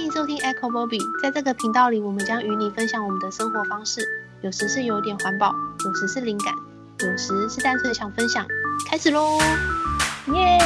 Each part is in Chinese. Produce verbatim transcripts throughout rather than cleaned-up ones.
迎收听 Echo Bobby， 在这个频道里，我们将与你分享我们的生活方式，有时是有点环保，有时是灵感，有时是单纯想分享。开始咯！ 耶！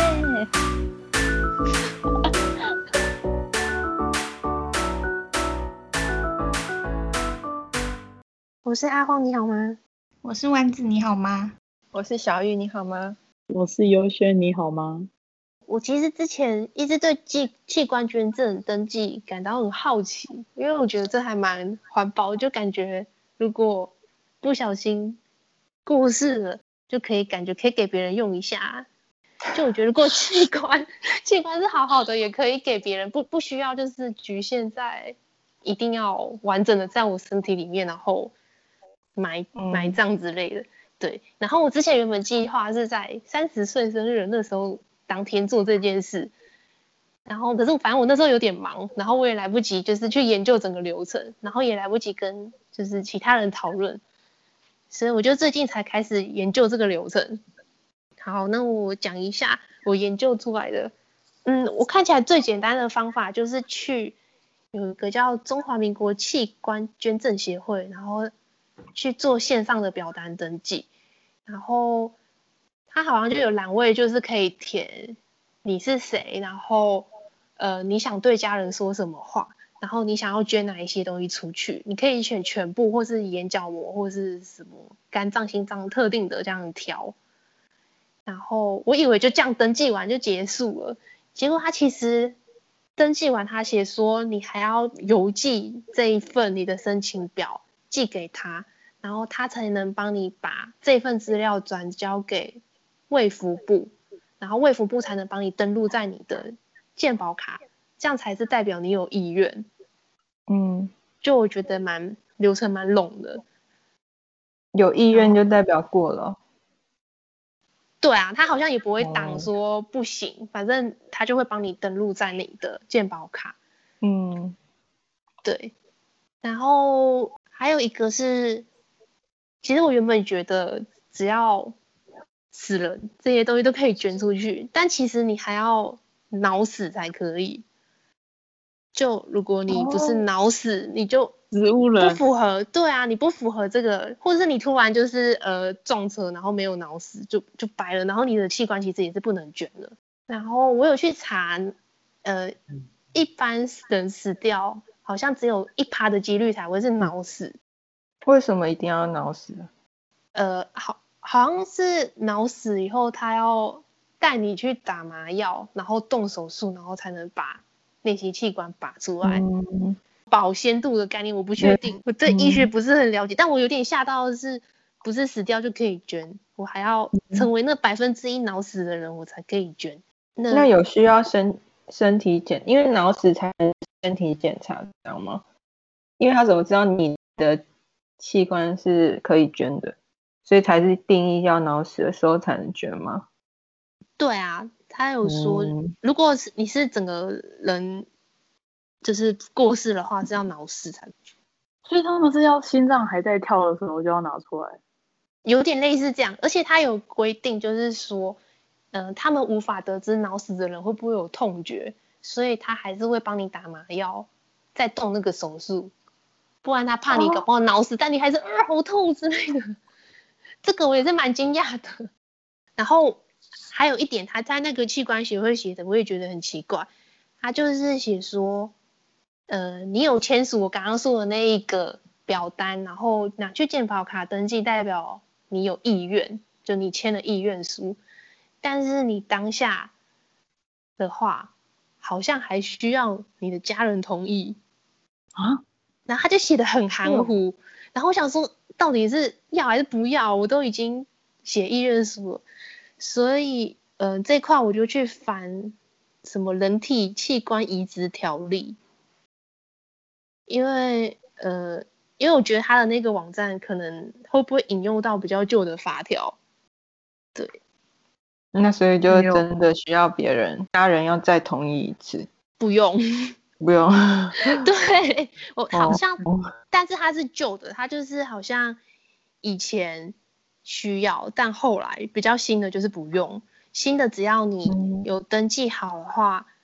我是阿荒，你好吗？ 我是丸子，你好吗？ 我是小玉，你好吗？ 我是优轩，你好吗？ 我其实之前一直对器器官捐赠登记感到很好奇，因为我觉得这还蛮环保，就感觉如果不小心过世了，就可以感觉可以给别人用一下。就我觉得如果器官器官是好好的，也可以给别人，不不需要就是局限在一定要完整的在我身体里面，然后埋埋葬之类的。对，然后我之前原本计划是在三十岁生日那时候当天做这件事，然后可是反正我那时候有点忙，然后我也来不及就是去研究整个流程，然后也来不及跟就是其他人讨论，所以我就最近才开始研究这个流程。好，那我讲一下我研究出来的。嗯，我看起来最简单的方法就是去有一个叫中华民国器官捐赠协会，然后去做线上的表单登记，然后它好像就有栏位，就是可以填你是谁，然后呃你想对家人说什么话，然后你想要捐哪一些东西出去，你可以选全部或是眼角膜或是什么肝脏、心脏特定的这样调。然后我以为就这样登记完就结束了，结果他其实登记完，他写说你还要邮寄这一份你的申请表寄给他，然后他才能帮你把这份资料转交给卫福部，然后卫福部才能帮你登录在你的健保卡，这样才是代表你有意愿。 嗯， 就我觉得蛮流程蛮拢的。 有意愿就代表过了。 对啊，他好像也不会挡说不行，哦、反正他就会帮你登录在你的健保卡。 嗯， 对。然后还有一个是，其实我原本觉得只要死了这些东西都可以捐出去，但其实你还要脑死才可以。就如果你不是脑死，哦、你就植物人不符合，对啊，你不符合这个，或者是你突然就是呃撞车，然后没有脑死，就就白了，然后你的器官其实也是不能捐的。然后我有去查，呃，一般人死掉好像只有一趴的几率才会是脑死。 为什么一定要脑死？ 呃，好，好像是脑死以后，他要带你去打麻药，然后动手术，然后才能把那些器官拔出来。嗯，保鲜度的概念我不确定，我对医学不是很了解，但我有点吓到的是，不是死掉就可以捐，我还要成为那百分之一脑死的人，我才可以捐。那, 那有需要身身体检，因为脑死才能身体检查，知道吗？因为他怎么知道你的器官是可以捐的，所以才是定义要脑死的时候才能捐吗？ 对啊，他有说，嗯、如果是你是整个人就是过世的话，是要脑死才能捐。 所以他们是要心脏还在跳的时候就要拿出来， 有点类似这样。而且他有规定，就是说，嗯、呃，他们无法得知脑死的人会不会有痛觉，所以他还是会帮你打麻药，再动那个手术，不然他怕你搞不好脑死，哦、但你还是呃好痛之类的。这个我也是蛮惊讶的。然后还有一点，他在那个器官协会写的，我也觉得很奇怪。他就是写说，呃，你有签署我刚刚说的那一个表单，然后拿去健保卡登记，代表你有意愿，就你签了意愿书。但是你当下的话，好像还需要你的家人同意啊。 然后他就写得很含糊，嗯、然后我想说，到底是要还是不要？我都已经写意愿书了，所以，嗯、呃，这块我就去翻什么人体器官移植条例，因为，呃，因为我觉得他的那个网站可能会不会引用到比较旧的法条，对。 那所以就真的需要别人家人要再同意一次？ 不用。 不用。 对，我好像，哦、但是它是旧的，它就是好像以前需要，但后来比较新的就是不用。新的只要你有登记好的话，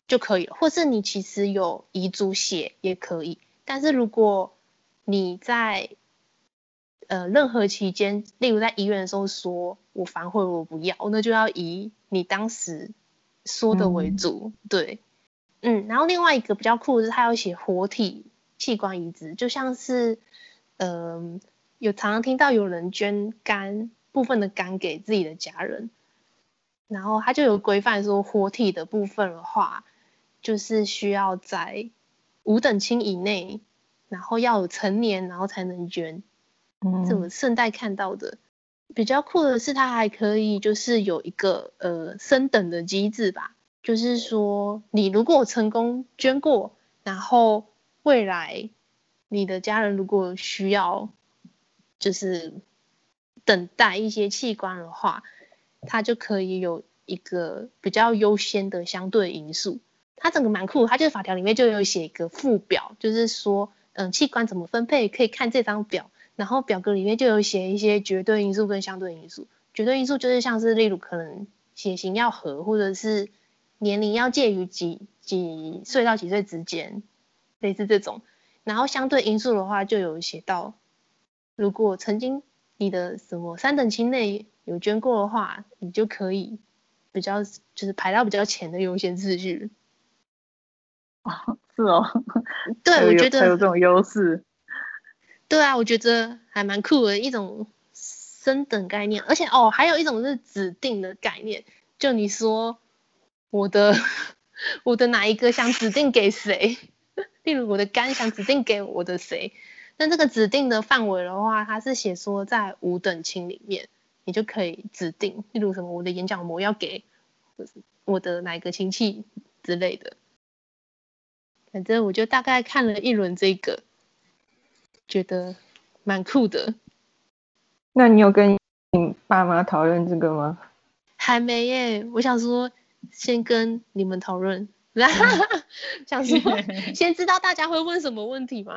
就可以了，或是你其实有遗嘱写也可以。但是如果你在呃任何期间，例如在医院的时候说我反悔我不要，那就要以你当时说的为主。嗯、对，嗯，然后另外一个比较酷的是他要写活体器官移植，就像是嗯、呃、有常常听到有人捐肝部分的肝给自己的家人，然后他就有规范说活体的部分的话，就是需要在五等亲以内，然后要有成年，然后才能捐。嗯，这我顺带看到的。比较酷的是，它还可以就是有一个呃升等的机制吧，就是说你如果成功捐过，然后未来你的家人如果需要就是等待一些器官的话，它就可以有一个比较优先的相对因素。它整个蛮酷，它就是法条里面就有写一个附表，就是说嗯器官怎么分配，可以看这张表。然后表格里面就有写一些绝对因素跟相对因素。绝对因素就是像是例如可能血型要合，或者是年龄要介于几几岁到几岁之间，类似这种。然后相对因素的话就有写到，如果曾经你的什么三等亲内有捐过的话，你就可以比较就是排到比较前的优先次序。 哦，是哦。 对，我觉得还有这种优势。 对啊，我觉得还蛮酷的一种升等概念，而且哦，还有一种是指定的概念，就你说我的我的哪一个想指定给谁，例如我的肝想指定给我的谁，那这个指定的范围的话，它是写说在五等亲里面，你就可以指定，例如什么我的眼角膜要给我的哪一个亲戚之类的。反正我就大概看了一轮这个。觉得蛮酷的。 那你有跟你爸妈讨论这个吗？ 还没耶，我想说先跟你们讨论，嗯、想说先知道大家会问什么问题嘛。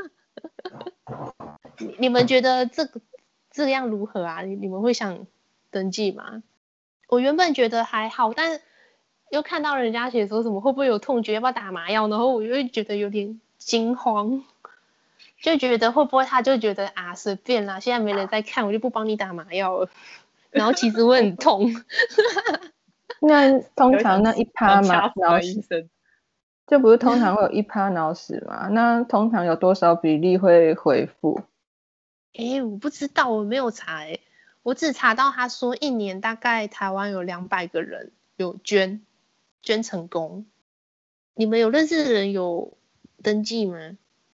你, 你们觉得这个这样如何啊？你们会想登记吗？我原本觉得还好，但又看到人家写说什么会不会有痛觉，要不要打麻药，然后我又觉得有点惊慌。就觉得会不会他就觉得啊随便啦，现在没人在看，我就不帮你打麻药了。然后其实会很痛。 那通常那一趴嘛， 脑死就不是通常会有一趴脑死嘛？那通常有多少比例会恢复？ 哎，我不知道，我没有查哎，我只查到他说一年大概台湾有两百个人有捐捐成功。你们有认识的人有登记吗？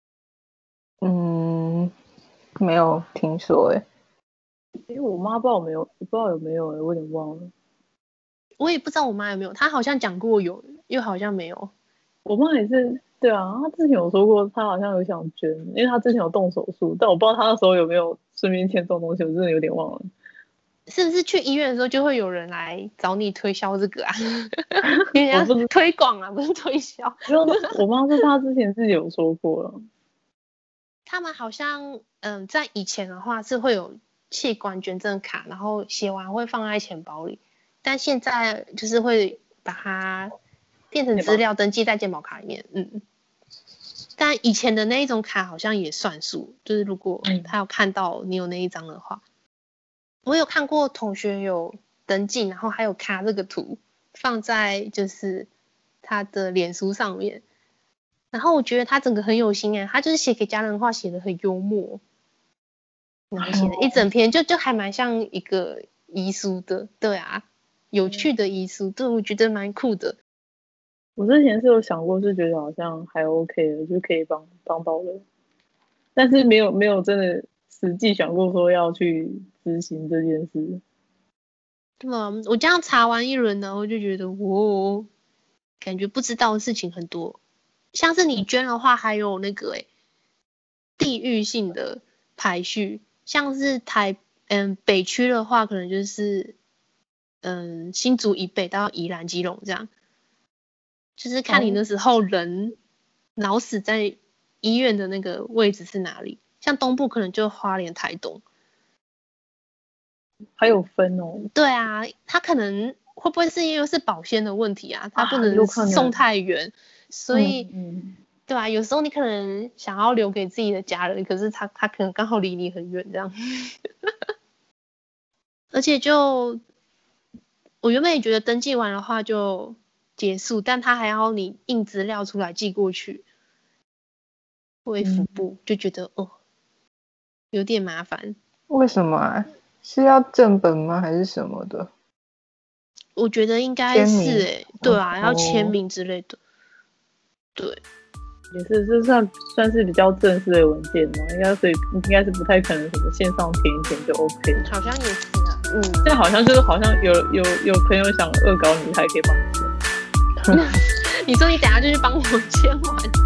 嗯，没有听说哎、 欸。因为我妈不知道有没有，不知道有没有哎、欸，我有点忘了。 我也不知道我妈有没有，她好像讲过有，又好像没有。 我妈也是，对啊，她之前有说过，她好像有想捐，因为她之前有动手术，但我不知道她那时候有没有顺便签这种东西，我真的有点忘了。 是不是去医院的时候就会有人来找你推销这个啊？人家推广啊，不是推销。 我妈说她之前自己有说过了。 他们好像，嗯，在以前的话是会有器官捐赠卡，然后写完会放在钱包里，但现在就是会把它变成资料登记在健保卡里面，嗯。但以前的那一种卡好像也算数，就是如果他有看到你有那一张的话。我有看过同学有登记，然后还有卡这个图放在就是他的脸书上面，然后我觉得他整个很有心哎，他就是写给家人的话写得很幽默，然后写了一整篇，就就还蛮像一个遗书的，对啊，有趣的遗书，对，我觉得蛮酷的。 我之前是有想过，是觉得好像还 OK 的，就可以帮帮到人，但是没有没有真的实际想过说要去执行这件事。 对啊，我这样查完一轮呢，我就觉得我感觉不知道的事情很多，像是你捐的话，还有那个诶地域性的排序，像是台嗯北区的话，可能就是嗯新竹以北到宜兰基隆这样，就是看你那时候人脑死在医院的那个位置是哪里，像东部可能就花莲台东。 还有分哦。 对啊，他可能会不会是因为是保鲜的问题啊？它不能有可能送太远，所以、 嗯对吧、有时候你可能想要留给自己的家人，可是他他可能刚好离你很远这样。而且就我原本也觉得登记完的话就结束，但他还要你印资料出来寄过去，卫福部、就觉得哦有点麻烦。 为什么啊？是要正本吗？还是什么的？ 我觉得应该签名是诶、对啊， 哦要签名之类的。对， 也是，这算算是比较正式的文件嘛，应该所以应该是不太可能什么线上填一填就 OK 了。 好像也是啊。嗯， 现在好像就是好像有有有朋友想恶搞你，还可以帮你做。 你说你等下就去帮我签完。